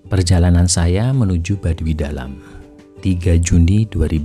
Perjalanan saya menuju Baduy Dalam 3 Juni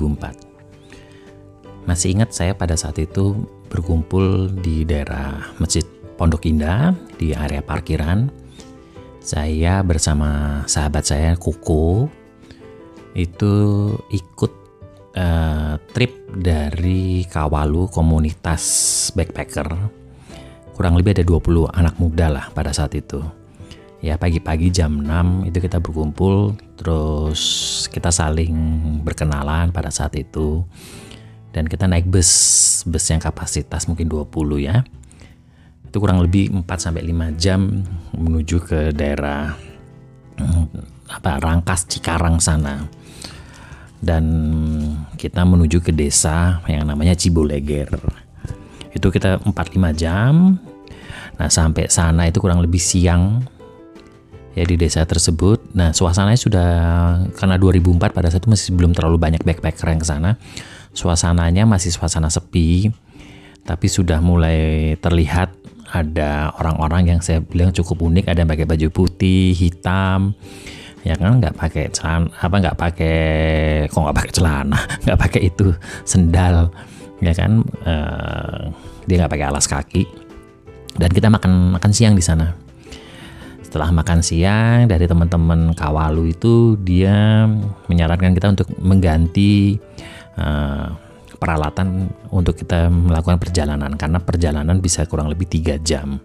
2004. Masih ingat saya pada saat itu berkumpul di daerah Masjid Pondok Indah di area parkiran. Saya bersama sahabat saya Koko itu ikut trip dari Kawalu, komunitas backpacker. Kurang lebih ada 20 anak muda lah pada saat itu. Ya, pagi-pagi jam 6 itu kita berkumpul, terus kita saling berkenalan pada saat itu. Dan kita naik bus yang kapasitas mungkin 20 ya. Itu kurang lebih 4-5 jam menuju ke daerah Rangkas Cikarang sana. Dan kita menuju ke desa yang namanya Ciboleger. Itu kita 4-5 jam. Nah, sampai sana itu kurang lebih siang ya di desa tersebut. Nah, suasananya sudah, karena 2004 pada saat itu masih belum terlalu banyak backpacker yang ke sana. Suasananya masih suasana sepi, tapi sudah mulai terlihat ada orang-orang yang saya bilang cukup unik. Ada yang pakai baju putih, hitam, ya kan, nggak pakai celana, nggak pakai celana, nggak pakai itu sendal, ya kan, dia nggak pakai alas kaki. Dan kita makan siang di sana. Setelah makan siang, dari teman-teman Kawalu itu dia menyarankan kita untuk mengganti peralatan untuk kita melakukan perjalanan, karena perjalanan bisa kurang lebih 3 jam.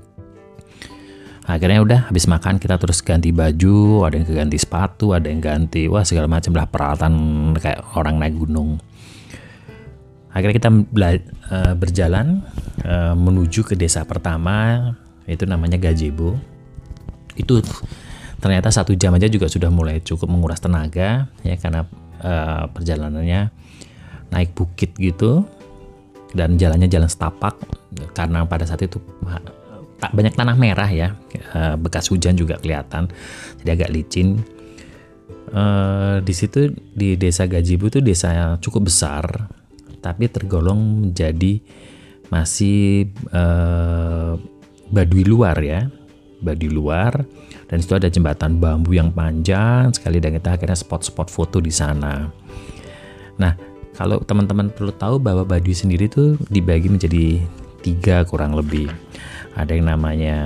Akhirnya udah habis makan kita terus ganti baju, ada yang ganti sepatu, ada yang ganti segala macam lah peralatan kayak orang naik gunung. Akhirnya kita berjalan menuju ke desa pertama, itu namanya Gajebo. Itu ternyata 1 jam aja juga sudah mulai cukup menguras tenaga ya, karena perjalanannya naik bukit gitu dan jalannya jalan setapak, karena pada saat itu banyak tanah merah ya, bekas hujan juga kelihatan, jadi agak licin. Di situ di desa Gajebo itu desa yang cukup besar, tapi tergolong menjadi masih Baduy luar ya. Baduy luar, dan itu ada jembatan bambu yang panjang sekali, dan kita akhirnya spot-spot foto di sana. Nah, kalau teman-teman perlu tahu bahwa Baduy sendiri tuh dibagi menjadi 3 kurang lebih. Ada yang namanya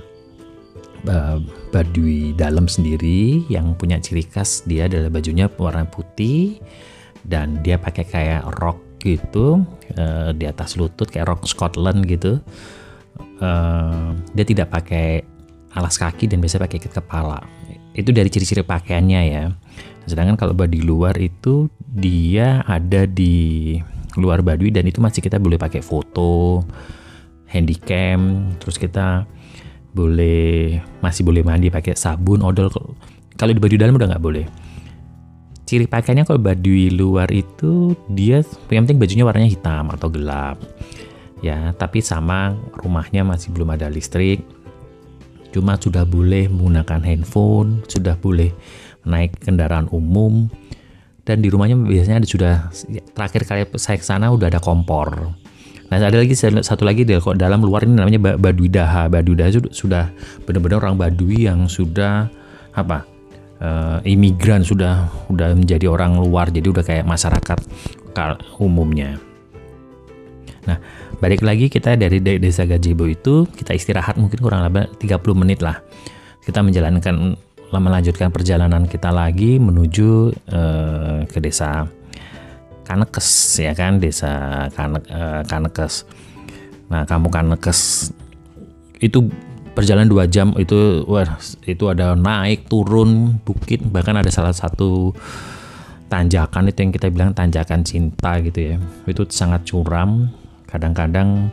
Baduy Dalam sendiri yang punya ciri khas, dia adalah bajunya warna putih dan dia pakai kayak rok gitu di atas lutut, kayak rok Scotland gitu. Dia tidak pakai alas kaki dan biasanya pakai ikat kepala. Itu dari ciri-ciri pakaiannya ya. Sedangkan kalau Baduy luar itu dia ada di luar Baduy, dan itu masih kita boleh pakai foto, handycam, terus kita masih boleh mandi pakai sabun, odol. Kalau di Baduy dalam udah nggak boleh. Ciri pakaiannya kalau Baduy luar itu dia yang penting bajunya warnanya hitam atau gelap ya, tapi sama rumahnya masih belum ada listrik. Cuma sudah boleh menggunakan handphone, sudah boleh naik kendaraan umum, dan di rumahnya biasanya terakhir kali saya ke sana udah ada kompor. Nah, ada lagi satu lagi dalam luar ini namanya Baduy Daha. Baduy Daha sudah benar-benar orang Baduy yang sudah imigran, sudah menjadi orang luar, jadi udah kayak masyarakat umumnya. Nah, balik lagi kita dari desa Gajebo itu kita istirahat mungkin kurang lebih 30 menit lah. Kita melanjutkan perjalanan kita lagi menuju ke desa Kanekes ya kan, desa Kanekes. Nah, kampung Kanekes itu perjalanan 2 jam itu ada naik turun bukit, bahkan ada salah satu tanjakan itu yang kita bilang tanjakan cinta gitu ya. Itu sangat curam. Kadang-kadang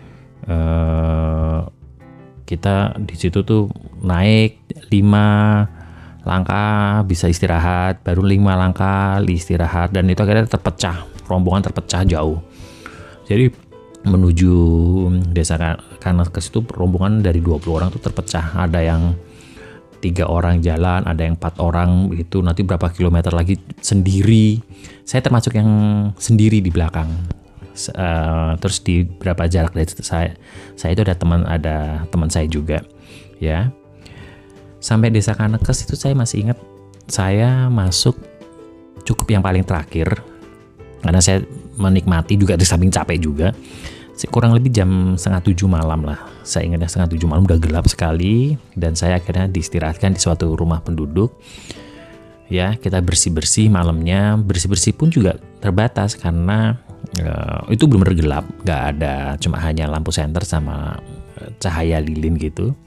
kita di situ tuh naik 5 langkah bisa istirahat, baru 5 langkah istirahat, dan itu akhirnya rombongan terpecah jauh. Jadi menuju desa Kanekes itu rombongan dari 20 orang tuh terpecah. Ada yang 3 orang jalan, ada yang 4 orang itu, nanti berapa kilometer lagi sendiri. Saya termasuk yang sendiri di belakang. Terus di berapa jarak dari saya itu ada teman saya juga ya. Sampai Desa Kanekes itu saya masih ingat, saya masuk cukup yang paling terakhir karena saya menikmati juga di samping capek juga. Kurang lebih jam 6:30 malam lah, saya ingatnya 6:30 malam, udah gelap sekali, dan saya akhirnya diistirahatkan di suatu rumah penduduk. Ya, kita bersih-bersih malamnya. Bersih-bersih pun juga terbatas karena itu benar-benar gelap, nggak ada, cuma hanya lampu senter sama cahaya lilin gitu.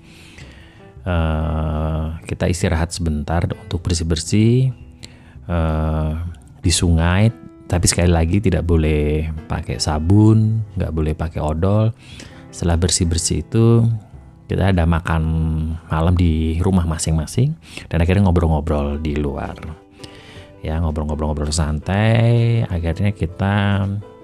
Kita istirahat sebentar untuk bersih-bersih di sungai, tapi sekali lagi tidak boleh pakai sabun, nggak boleh pakai odol. Setelah bersih-bersih itu kita ada makan malam di rumah masing-masing, dan akhirnya ngobrol-ngobrol di luar. Ya, ngobrol-ngobrol santai. Akhirnya kita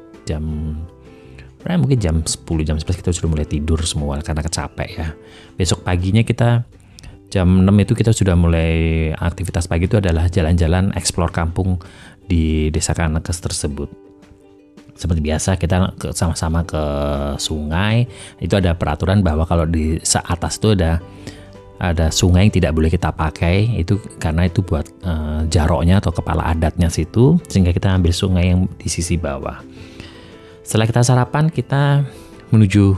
mungkin jam 10, jam 11 kita sudah mulai tidur semua karena kecapek ya. Besok paginya kita jam 6 itu kita sudah mulai, aktivitas pagi itu adalah jalan-jalan explore kampung di Desa Kanekes tersebut. Seperti biasa kita sama-sama ke sungai. Itu ada peraturan bahwa kalau di atas itu ada sungai yang tidak boleh kita pakai, itu karena itu buat jaroknya atau kepala adatnya situ, sehingga kita ambil sungai yang di sisi bawah. Setelah kita sarapan, kita menuju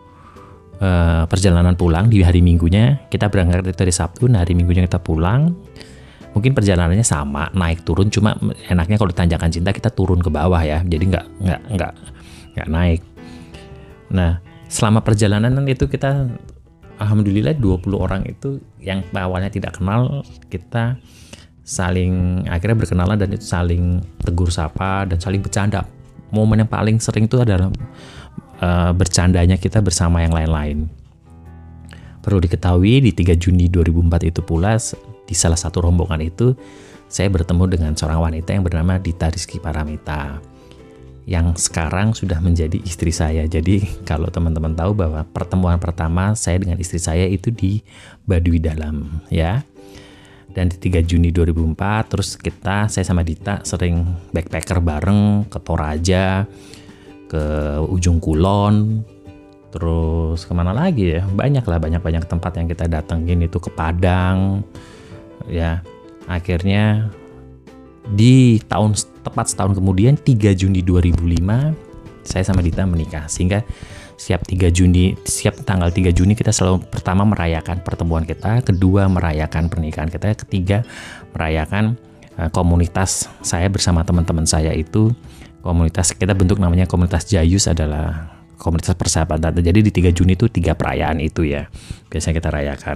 perjalanan pulang di hari Minggunya. Kita berangkat dari Sabtu, nah hari Minggunya kita pulang. Mungkin perjalanannya sama, naik turun, cuma enaknya kalau di Tanjakan Cinta kita turun ke bawah ya, jadi nggak naik. Nah, selama perjalanan itu kita alhamdulillah 20 orang itu yang awalnya tidak kenal, kita saling akhirnya berkenalan dan itu saling tegur sapa dan saling bercanda. Momen yang paling sering itu adalah bercandanya kita bersama yang lain-lain. Perlu diketahui di 3 Juni 2004 itu pula, di salah satu rombongan itu saya bertemu dengan seorang wanita yang bernama Dita Rizky Paramita, yang sekarang sudah menjadi istri saya. Jadi kalau teman-teman tahu bahwa pertemuan pertama saya dengan istri saya itu di Baduy Dalam ya. Dan di 3 Juni 2004 terus saya sama Dita sering backpacker bareng ke Toraja, ke Ujung Kulon, terus kemana lagi ya, banyak tempat yang kita datengin, itu ke Padang ya. Akhirnya di tepat setahun kemudian 3 Juni 2005 saya sama Dita menikah, sehingga setiap tanggal 3 Juni kita selalu pertama merayakan pertemuan kita, kedua merayakan pernikahan kita, ketiga merayakan komunitas saya bersama teman-teman saya itu. Komunitas kita bentuk namanya komunitas Jayus, adalah komunitas persahabatan. Jadi di 3 Juni itu 3 perayaan itu ya biasanya kita rayakan.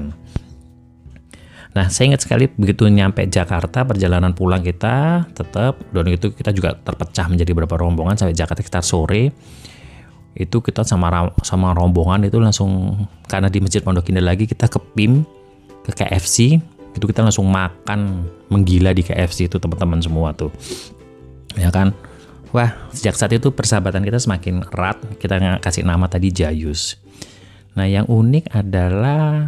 Nah, saya ingat sekali begitu nyampe Jakarta, perjalanan pulang kita tetap, dan itu kita juga terpecah menjadi beberapa rombongan sampai Jakarta sekitar sore. Itu kita sama rombongan itu langsung, karena di Masjid Pondok Indah lagi, kita ke PIM, ke KFC. Itu kita langsung makan menggila di KFC itu, teman-teman semua tuh. Ya kan? Wah, sejak saat itu persahabatan kita semakin erat. Kita kasih nama tadi Jayus. Nah, yang unik adalah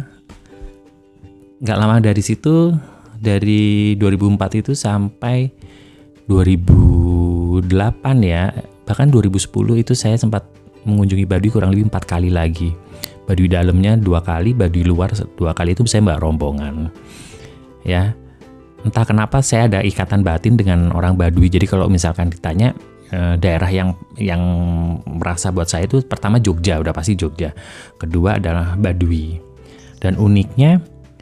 nggak lama dari situ, dari 2004 itu sampai 2008 ya, bahkan 2010 itu saya sempat mengunjungi Baduy kurang lebih 4 kali lagi. Baduy dalamnya 2 kali, Baduy luar 2 kali, itu saya mbak rombongan ya. Entah kenapa saya ada ikatan batin dengan orang Baduy. Jadi kalau misalkan ditanya daerah yang merasa buat saya itu, pertama Jogja, udah pasti Jogja, kedua adalah Baduy. Dan uniknya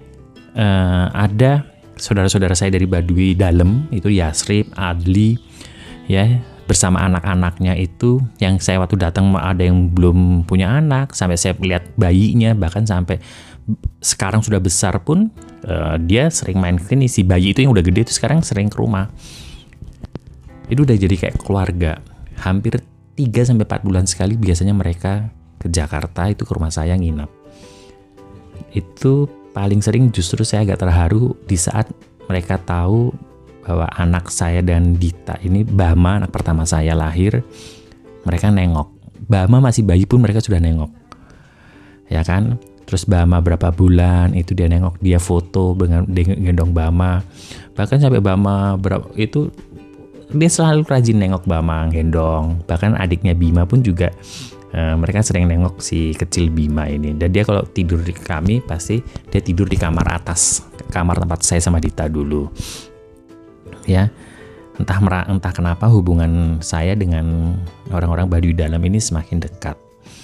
ada saudara-saudara saya dari Baduy Dalam, itu Yasrib, Adli ya, bersama anak-anaknya itu, yang saya waktu datang ada yang belum punya anak, sampai saya lihat bayinya, bahkan sampai sekarang sudah besar pun dia sering main ke sini. Si bayi itu yang udah gede itu sekarang sering ke rumah. Itu udah jadi kayak keluarga. Hampir 3-4 bulan sekali biasanya mereka ke Jakarta, itu ke rumah saya nginap. Itu paling sering justru saya agak terharu di saat mereka tahu bahwa anak saya dan Dita ini, Bama anak pertama saya lahir, mereka nengok. Bama masih bayi pun mereka sudah nengok, ya kan. Terus Bama berapa bulan itu dia nengok, dia foto dengan gendong Bama. Bahkan sampai Bama itu dia selalu rajin nengok Bama, gendong. Bahkan adiknya Bima pun juga Mereka sering nengok si kecil Bima ini, dan dia kalau tidur di kami pasti dia tidur di kamar atas, kamar tempat saya sama Dita dulu. Ya, entah kenapa hubungan saya dengan orang-orang Baduy Dalam ini semakin dekat.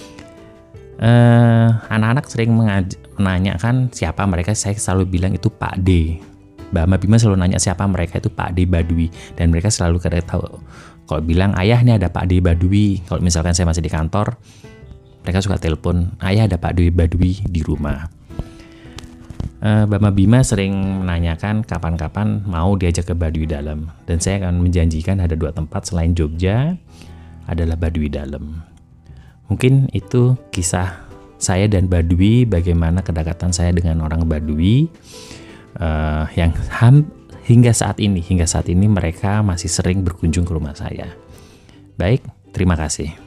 Anak-anak sering menanyakan siapa mereka, saya selalu bilang itu Pak D. Mbak Ma Bima selalu nanya siapa mereka, itu Pak D Baduy, dan mereka selalu tahu. Kalau bilang ayah ini ada Pak D Baduy, kalau misalkan saya masih di kantor, mereka suka telepon, ayah ada Pak D Baduy di rumah. Mbak Ma Bima sering menanyakan kapan-kapan mau diajak ke Baduy Dalam, dan saya akan menjanjikan ada 2 tempat selain Jogja adalah Baduy Dalam. Mungkin itu kisah saya dan Baduy, bagaimana kedekatan saya dengan orang Baduy yang hingga saat ini mereka masih sering berkunjung ke rumah saya. Baik, terima kasih.